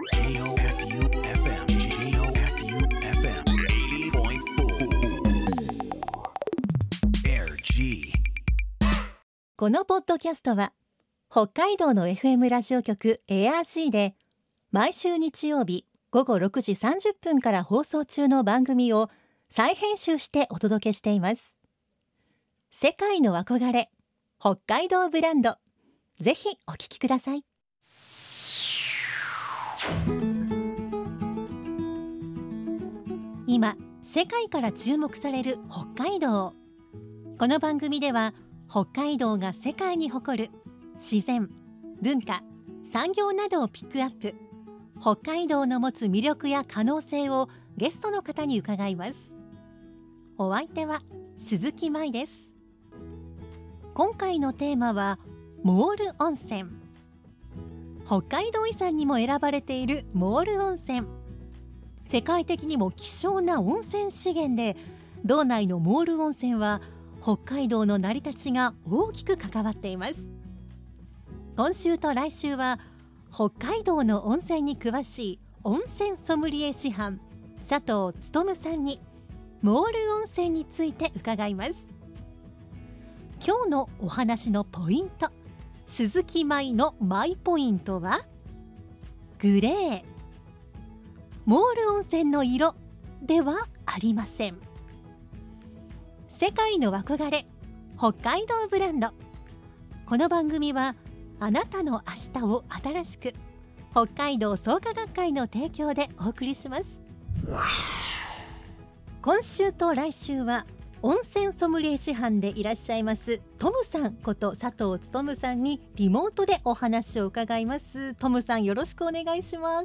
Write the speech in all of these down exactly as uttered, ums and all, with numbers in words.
ジェイオーエフユーエフエム ジェイオーエフユーエフエム はちじゅうてんよん エアジー。 このポッドキャストは北海道の エフエム ラジオ局 エアジー で毎週日曜日ごごろくじさんじゅっぷんから放送中の番組を再編集してお届けしています。世界の憧れ北海道ブランド、ぜひお聞きください。今世界から注目される北海道。この番組では北海道が世界に誇る自然、文化、産業などをピックアップ。北海道の持つ魅力や可能性をゲストの方に伺います。お相手は鈴木舞です。今回のテーマはモール温泉。北海道遺産にも選ばれているモール温泉。世界的にも希少な温泉資源で、道内のモール温泉は北海道の成り立ちが大きく関わっています。今週と来週は北海道の温泉に詳しい温泉ソムリエ師範佐藤勉さんにモール温泉について伺います。今日のお話のポイント、鈴木舞のマイポイントはグレー。モール温泉の色ではありません。世界の憧れ北海道ブランド。この番組はあなたの明日を新しく、北海道創価学会の提供でお送りします。今週と来週は温泉ソムリエ師範でいらっしゃいますトムさんこと佐藤勉さんにリモートでお話を伺います。トムさん、よろしくお願いします。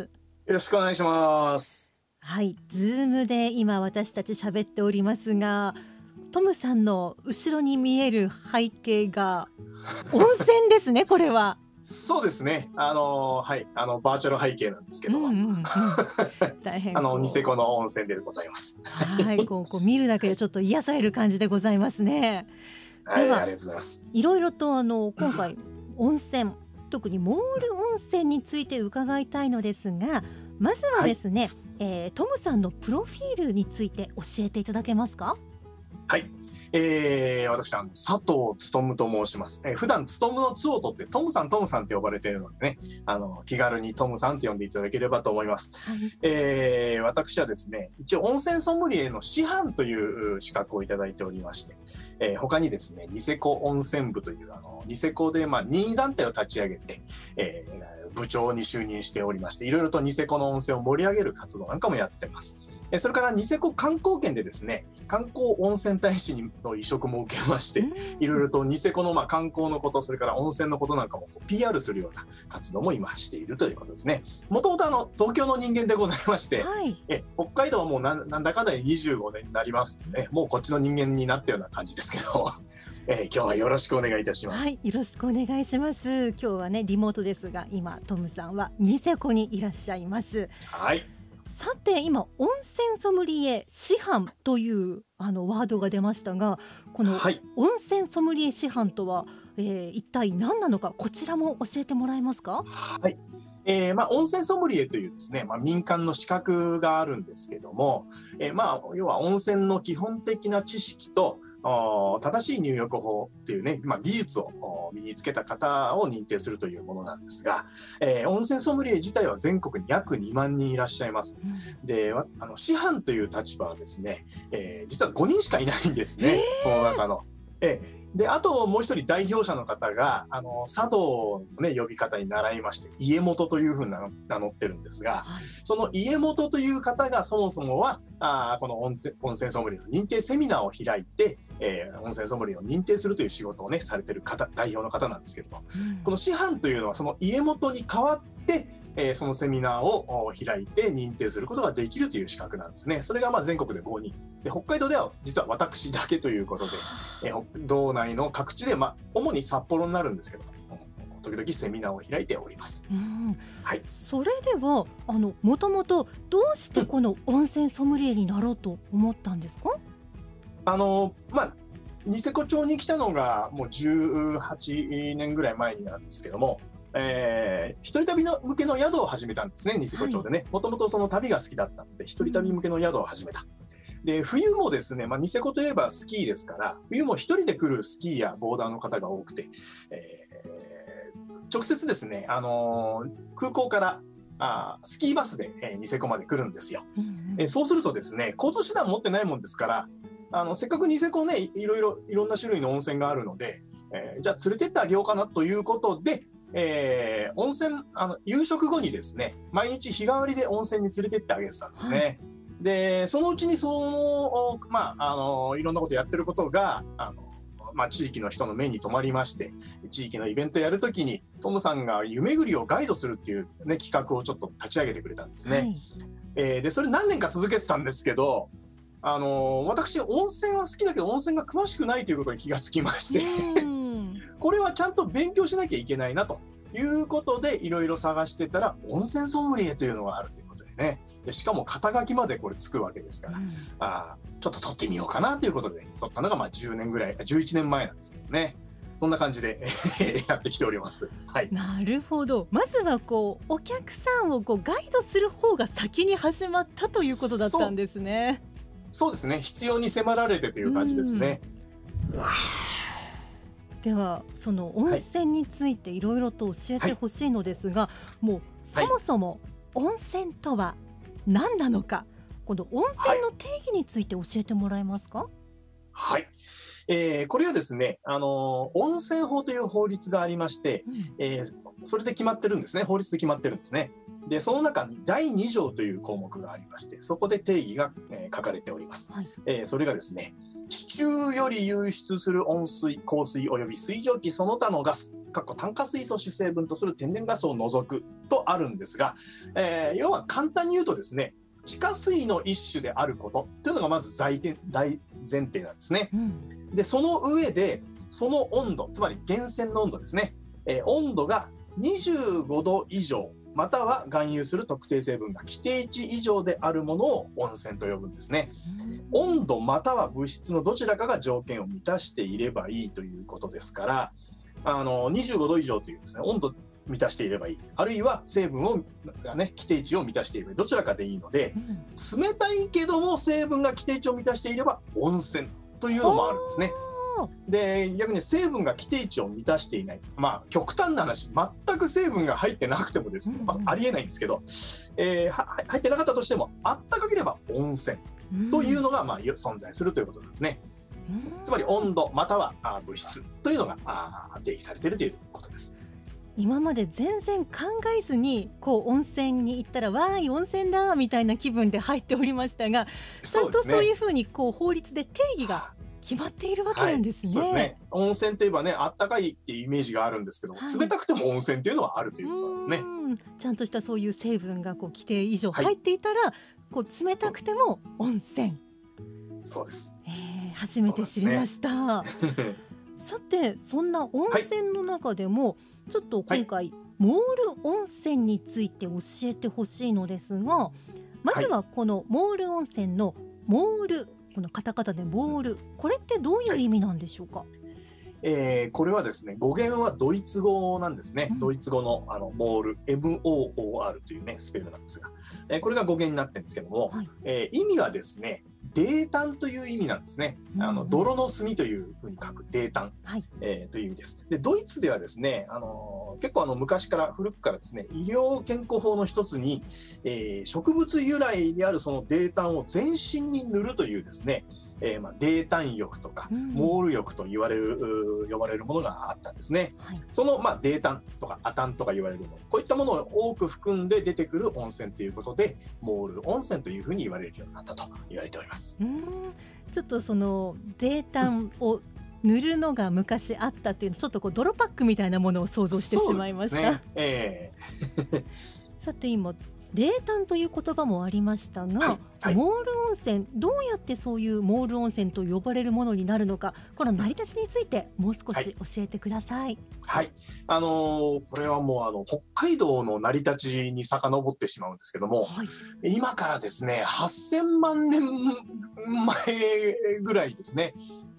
よろしくお願いします。 はい、ズームで今私たち喋っておりますが、トムさんの後ろに見える背景が温泉ですね。これはそうですね、あのはいあのバーチャル背景なんですけども、うんうんうん、大変あのニセコの温泉でございます。 はい、こうこう見るだけでちょっと癒される感じでございますね。 はい、ではありがとうございます。 いろいろとあの今回温泉特にモール温泉について伺いたいのですが、まずはですね、はい、えー、トムさんのプロフィールについて教えていただけますか？ はい、えー、私は佐藤勉と申します。えー、普段勉のつを取ってトムさんトムさんと呼ばれているのでね、あの気軽にトムさんと呼んでいただければと思います。はい、えー、私はですね、一応温泉ソムリエの師範という資格をいただいておりまして、えー、他にですね、ニセコ温泉部というあのニセコでまあ任意団体を立ち上げて、えー、部長に就任しておりまして、いろいろとニセコの温泉を盛り上げる活動なんかもやってます。それからニセコ観光圏でですね、観光温泉大使の委嘱も受けまして、いろいろとニセコのまあ観光のこと、それから温泉のことなんかも ピーアール するような活動も今しているということですね。もともとあの東京の人間でございまして、はい、え北海道はもう な, なんだかんだでにじゅうごねんになりますので、もうこっちの人間になったような感じですけど、えー、今日はよろしくお願いいたします。 はい、よろしくお願いします。今日はねリモートですが、今トムさんはニセコにいらっしゃいます。 はい。 さて今温泉ソムリエ師範というあのワードが出ましたが、この温泉ソムリエ師範とは、えー、一体何なのか、こちらも教えてもらえますか？ はい、えーまあ、温泉ソムリエというですね、まあ、民間の資格があるんですけども、えーまあ、要は温泉の基本的な知識と正しい入浴法っていうね、まあ、技術を身につけた方を認定するというものなんですが、えー、温泉ソムリエ自体は全国に約にまんにんいらっしゃいます。うん、で、あの師範という立場はですね、えー、実はごにんしかいないんですね、えー、その中の。えーで、あともう一人代表者の方が、あの、佐藤のね、呼び方に習いまして、家元というふうに名乗ってるんですが、はい、その家元という方がそもそもは、あこの温泉ソムリエの認定セミナーを開いて、えー、温泉ソムリエを認定するという仕事をね、されてる方、代表の方なんですけれども、うん、この師範というのはその家元に代わって、えー、そのセミナーを開いて認定することができるという資格なんですね。それがまあ全国でごにんで、北海道では実は私だけということで、えー、道内の各地で、まあ、主に札幌になるんですけども、時々セミナーを開いております。うん、 はい、それではあのもともとどうしてこの温泉ソムリエになろうと思ったんですか？ あのまあニセコ町に来たのがもうじゅうはちねんぐらい前になるんですけども、 えー、一人旅の向けの宿を始めたんですね、ニセコ町でね。もともとその旅が好きだったので、一人旅向けの宿を始めた。で、冬もですね、まあ、ニセコといえばスキーですから、冬も一人で来るスキーやボーダーの方が多くて、えー、直接ですね、あのー、空港からあスキーバスで、えー、ニセコまで来るんですよ。うんうん、えー、そうするとですね、交通手段持ってないもんですから、あのせっかくニセコね、いろいろいろんな種類の温泉があるので、えー、じゃあ連れてってあげようかなということで、えー、温泉あの夕食後にですね、毎日日替わりで温泉に連れてってあげてたんですね。はい、でそのうちにその、まあ、あのいろんなことやってることがあの、まあ、地域の人の目に留まりまして、地域のイベントやるときにトムさんが湯巡りをガイドするっていう、ね、企画をちょっと立ち上げてくれたんですね。はい、えー、でそれ何年か続けてたんですけど、あの私温泉は好きだけど温泉が詳しくないということに気がつきましてこれはちゃんと勉強しなきゃいけないなということでいろいろ探してたら、温泉ソムリエというのがあるということでね、でしかも肩書きまでこれつくわけですから、うん、あちょっと取ってみようかなということで取ったのがまあじゅうねんぐらいじゅういちねんまえなんですけどね。そんな感じでやってきております。はい、 なるほど。まずはこうお客さんをこうガイドする方が先に始まったということだったんですね。 そうですね、必要に迫られてという感じですね。 ではその温泉についていろいろと教えてほしいのですが、はい、もうそもそも温泉とは何なのか、はい、この温泉の定義について教えてもらえますか？ はい、えー、これはですね、あのー、温泉法という法律がありまして、うん、えー、それで決まってるんですね。法律で決まってるんですね。でその中にだいに条という項目がありまして、そこで定義が、えー、書かれております。はい、えー、それがですね、地中より湧出する温水、硬水および水蒸気その他のガス炭化水素を主成分とする天然ガスを除くとあるんですが、えー、要は簡単に言うとですね、地下水の一種であることというのがまず大前提なんですね。うん、でその上でその温度、つまり源泉の温度ですね、えー、温度がにじゅうごど以上または含有する特定成分が規定値以上であるものを温泉と呼ぶんですね。温度または物質のどちらかが条件を満たしていればいいということですから、あのにじゅうごど以上というですね、温度満たしていればいい、あるいは成分をがね規定値を満たしていればいい、どちらかでいいので、冷たいけども成分が規定値を満たしていれば温泉というのもあるんですね。で逆に成分が規定値を満たしていない、まあ極端な話、全く成分が入ってなくてもですね、まあ、ありえないんですけど、えー、は入ってなかったとしてもあったかければ温泉というのがまあ存在するということですね。つまり温度または物質というのが定義されているということです。 今まで全然考えずにこう温泉に行ったらわーい温泉だみたいな気分で入っておりましたが、ちゃんとそういうふうにこう法律で定義が決まっているわけなんですね。 はい、そうですね。温泉といえばね、あったかいっていうイメージがあるんですけど、はい、冷たくても温泉っていうのはあるということなんですね。 うん、ちゃんとしたそういう成分がこう規定以上入っていたら、はい、こう冷たくても温泉。 そうです。 えー、初めて知りました。さてそんな温泉の中でも、はい、ちょっと今回、はい、モール温泉について教えてほしいのですが、まずはこのモール温泉のモール、このカタカタでモール、これってどういう意味なんでしょうか？はい、 えー、これはですね、語源はドイツ語なんですね。うん、ドイツ語のあのモール エムオーオーアール というねスペルなんですが、えー、これが語源になってるんですけども、はい、えー、意味はですね、泥炭という意味なんですね。あの泥の炭というふうに書く泥炭、はい、えー、という意味です。でドイツではですね、あのー、結構あの昔から古くからですね、医療健康法の一つに、えー、植物由来であるその泥炭を全身に塗るというですね、えーまあ、泥炭浴とか、うん、モール浴と言われる呼ばれるものがあったんですね。はい、その、まあ、泥炭とか亜炭とか言われるもの、こういったものを多く含んで出てくる温泉ということで、モール温泉というふうに言われるようになったと言われております。 うん、ちょっとその泥炭を塗るのが昔あったっていう、ちょっとこう泥パックみたいなものを想像してしまいました。ね、えー、さて今泥炭という言葉もありましたが、はいはい、モール温泉、どうやってそういうモール温泉と呼ばれるものになるのか、この成り立ちについてもう少し教えてください。 はい、はい、あのー、これはもうあの北海道の成り立ちに遡ってしまうんですけども、はい、今からですねはっせんまんねんまえぐらいですね、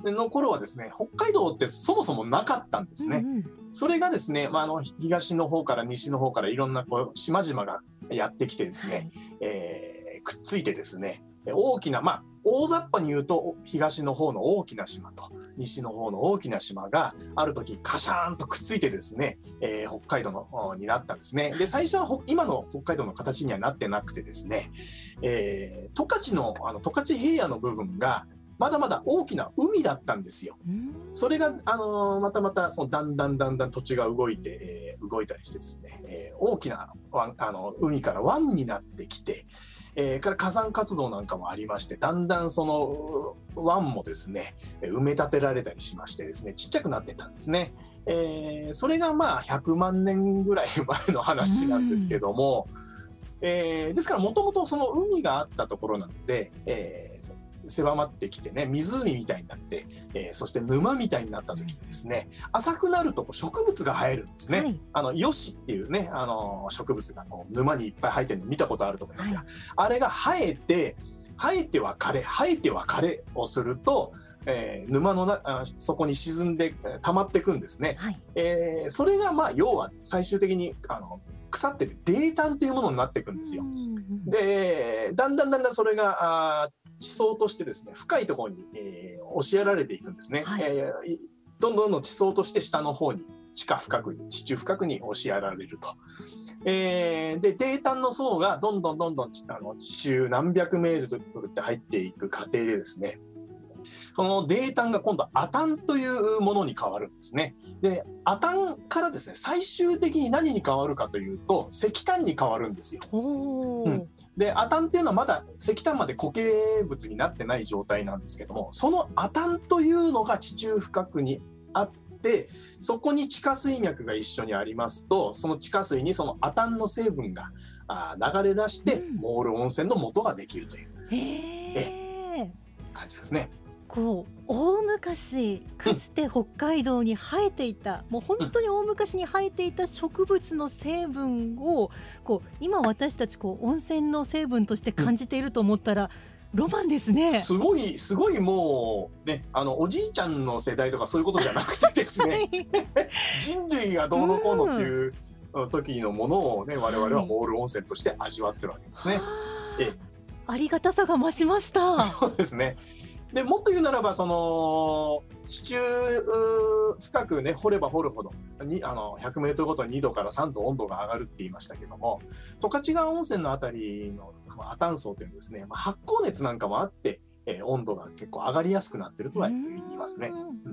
の頃はですね、北海道ってそもそもなかったんですね。 うんうん、 それがですね、まあ、あの東の方から西の方からいろんなこう島々がやってきてですね、はい、えー、くっついてですね、大きな、まあ、大雑把に言うと東の方の大きな島と西の方の大きな島がある時カシャーンとくっついてですね、えー、北海道のになったんですね。で、最初は今の北海道の形にはなってなくてですね、えー、十勝の、あの十勝平野の部分がまだまだ大きな海だったんですよ。それが、あのー、またまたそのだんだんだんだん土地が動いて、えー、動いたりしてですね、えー、大きなあの海から湾になってきて、えー、から火山活動なんかもありまして、だんだんその湾もですね埋め立てられたりしましてですね、ちっちゃくなってたんですね。えー、それがまあひゃくまんねんぐらい前の話なんですけども、えー、ですからもともとその海があったところなので、えー狭まってきてね、湖みたいになって、えー、そして沼みたいになった時にですね、浅くなると植物が生えるんですね。はい、あのヨシっていうね、あの植物がこう沼にいっぱい生えてるの見たことあると思いますが、はい、あれが生えて生えては枯れ生えては枯れをすると、えー、沼のな底に沈んで溜まっていくんですね。はい、えー、それがまあ要は最終的にあの腐ってる泥炭というものになっていくんですよ。で、だんだんだんだんそれがあ地層としてですね、深いところに、えー、押しやられていくんですね。はい、えー、どんどんどん地層として下の方に地下深くに地中深くに押しやられると。えー、で泥炭の層がどんどんどんどんあの地中何百メートルって入っていく過程でですね、その泥炭が今度亜炭というものに変わるんですね。で、亜炭からですね、最終的に何に変わるかというと石炭に変わるんですよ。うん、で、亜炭っていうのはまだ石炭まで固形物になってない状態なんですけども、その亜炭というのが地中深くにあって、そこに地下水脈が一緒にありますと、その地下水にその亜炭の成分が流れ出して、うん、モール温泉の元ができるという、え感じですね。 こう大昔かつて北海道に生えていた、うん、もう本当に大昔に生えていた植物の成分をこう今私たちこう温泉の成分として感じていると思ったら、うん、ロマンですね。 すごいすごいもうね、あのおじいちゃんの世代とかそういうことじゃなくてですね、はい、人類がどうのこうのっていう時のものをね、我々はモール温泉として味わってるわけですね。えありがたさが増しました。 そうですね。でもっと言うならば、その地中深くね掘れば掘るほどにあのひゃくメートルごとににどからさんど温度が上がるって言いましたけども、十勝川温泉のあたりの亜炭層というのはですね、まあ、発酵熱なんかもあって、えー、温度が結構上がりやすくなっているとは言いますね。うん、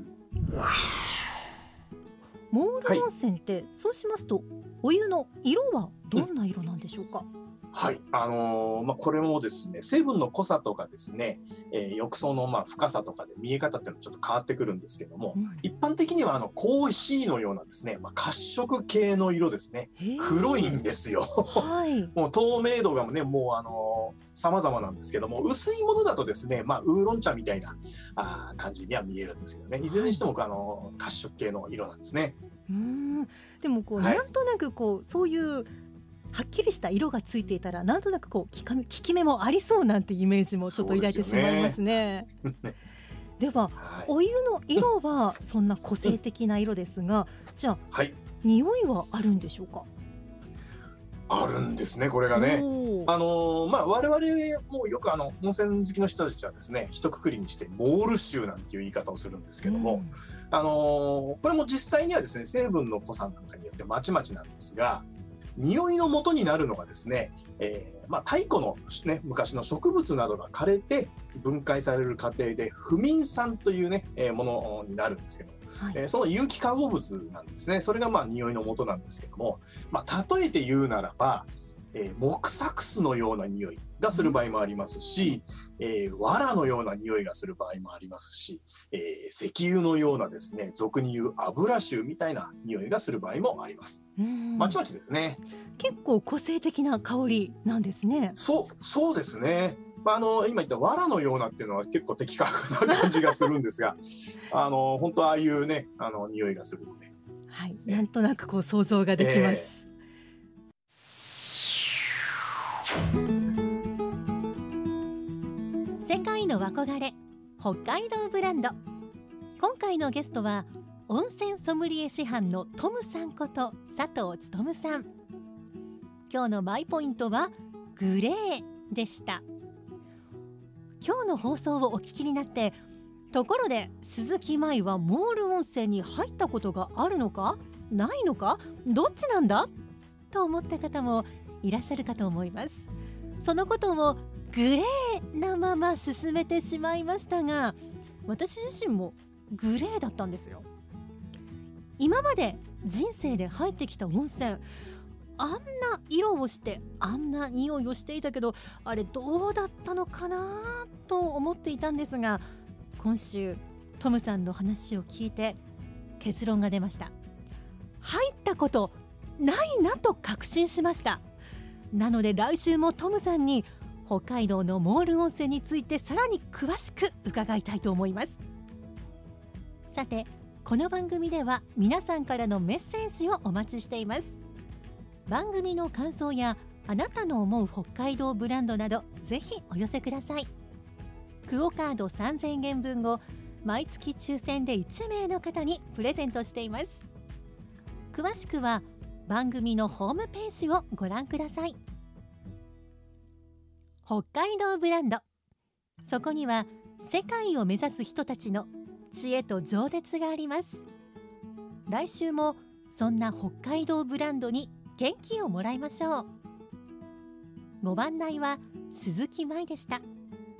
モール温泉って、はい、そうしますとお湯の色はどんな色なんでしょうか？うんはい、あのーまあ、これもですね、成分の濃さとかですね、えー、浴槽のまあ深さとかで見え方っていうのはちょっと変わってくるんですけども、うん、一般的にはあのコーヒーのようなですね、まあ、褐色系の色ですね。黒いんですよ。はい、もう透明度がね、もうあのー、様々なんですけども、薄いものだとですね、まあ、ウーロン茶みたいなあ感じには見えるんですけどね、いずれにしてもあの褐色系の色なんですね。 うーん、でもこう、はい、なんとなくこうそういうはっきりした色がついていたらなんとなくこう効き目もありそうなんてイメージもちょっと抱いてしまいますね。では、はい、お湯の色はそんな個性的な色ですが、じゃあ、はい、匂いはあるんでしょうか？ あるんですね、これがね。あのーまあ、我々もよくあの温泉好きの人たちはですね、一括りにしてモール臭なんていう言い方をするんですけども、うん、あのー、これも実際にはですね、成分の濃さなんかによってまちまちなんですが、匂いの元になるのがですね、えーまあ、太古の、ね、昔の植物などが枯れて分解される過程で不眠酸という、ねえー、ものになるんですけど、はい、えー、その有機化合物なんですね。それがまあ匂いの元なんですけども、まあ、例えて言うならば、えー、木サクスのような匂いがする場合もありますし、うん、えー、藁のような匂いがする場合もありますし、えー、石油のようなですね、俗に言う油臭みたいな匂いがする場合もあります。まちまちですね。 結構個性的な香りなんですね。 そう、そうですね。あの今言った藁のようなっていうのは結構的確な感じがするんですがあの本当ああいうね、あの匂いがするので、 はい、なんとなくこう想像ができます。えー、世界の憧れ北海道ブランド、 今回のゲストは温泉ソムリエ師範のトムさんこと佐藤勉さん。今日のマイポイントはグレーでした。今日の放送をお聞きになって、ところで鈴木舞はモール温泉に入ったことがあるのかないのか、どっちなんだと思った方もいらっしゃるかと思います。そのことをグレーなまま進めてしまいましたが、私自身もグレーだったんですよ。今まで人生で入ってきた温泉、あんな色をしてあんな匂いをしていたけど、あれどうだったのかなと思っていたんですが、今週トムさんの話を聞いて結論が出ました。入ったことないなと確信しました。なので来週もトムさんに北海道のモール温泉についてさらに詳しく伺いたいと思います。さて、この番組では皆さんからのメッセージをお待ちしています。番組の感想やあなたの思う北海道ブランドなど、ぜひお寄せください。クオカードさんぜんえんぶんを毎月抽選でいちめいの方にプレゼントしています。詳しくは番組のホームページをご覧ください。北海道ブランド、そこには世界を目指す人たちの知恵と情熱があります。来週もそんな北海道ブランドに元気をもらいましょう。ご案内は鈴木舞でした。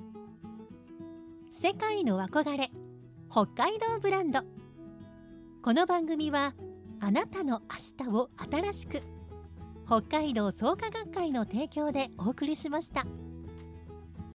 世界の憧れ、北海道ブランド。この番組はあなたの明日を新しく、北海道創価学会の提供でお送りしました。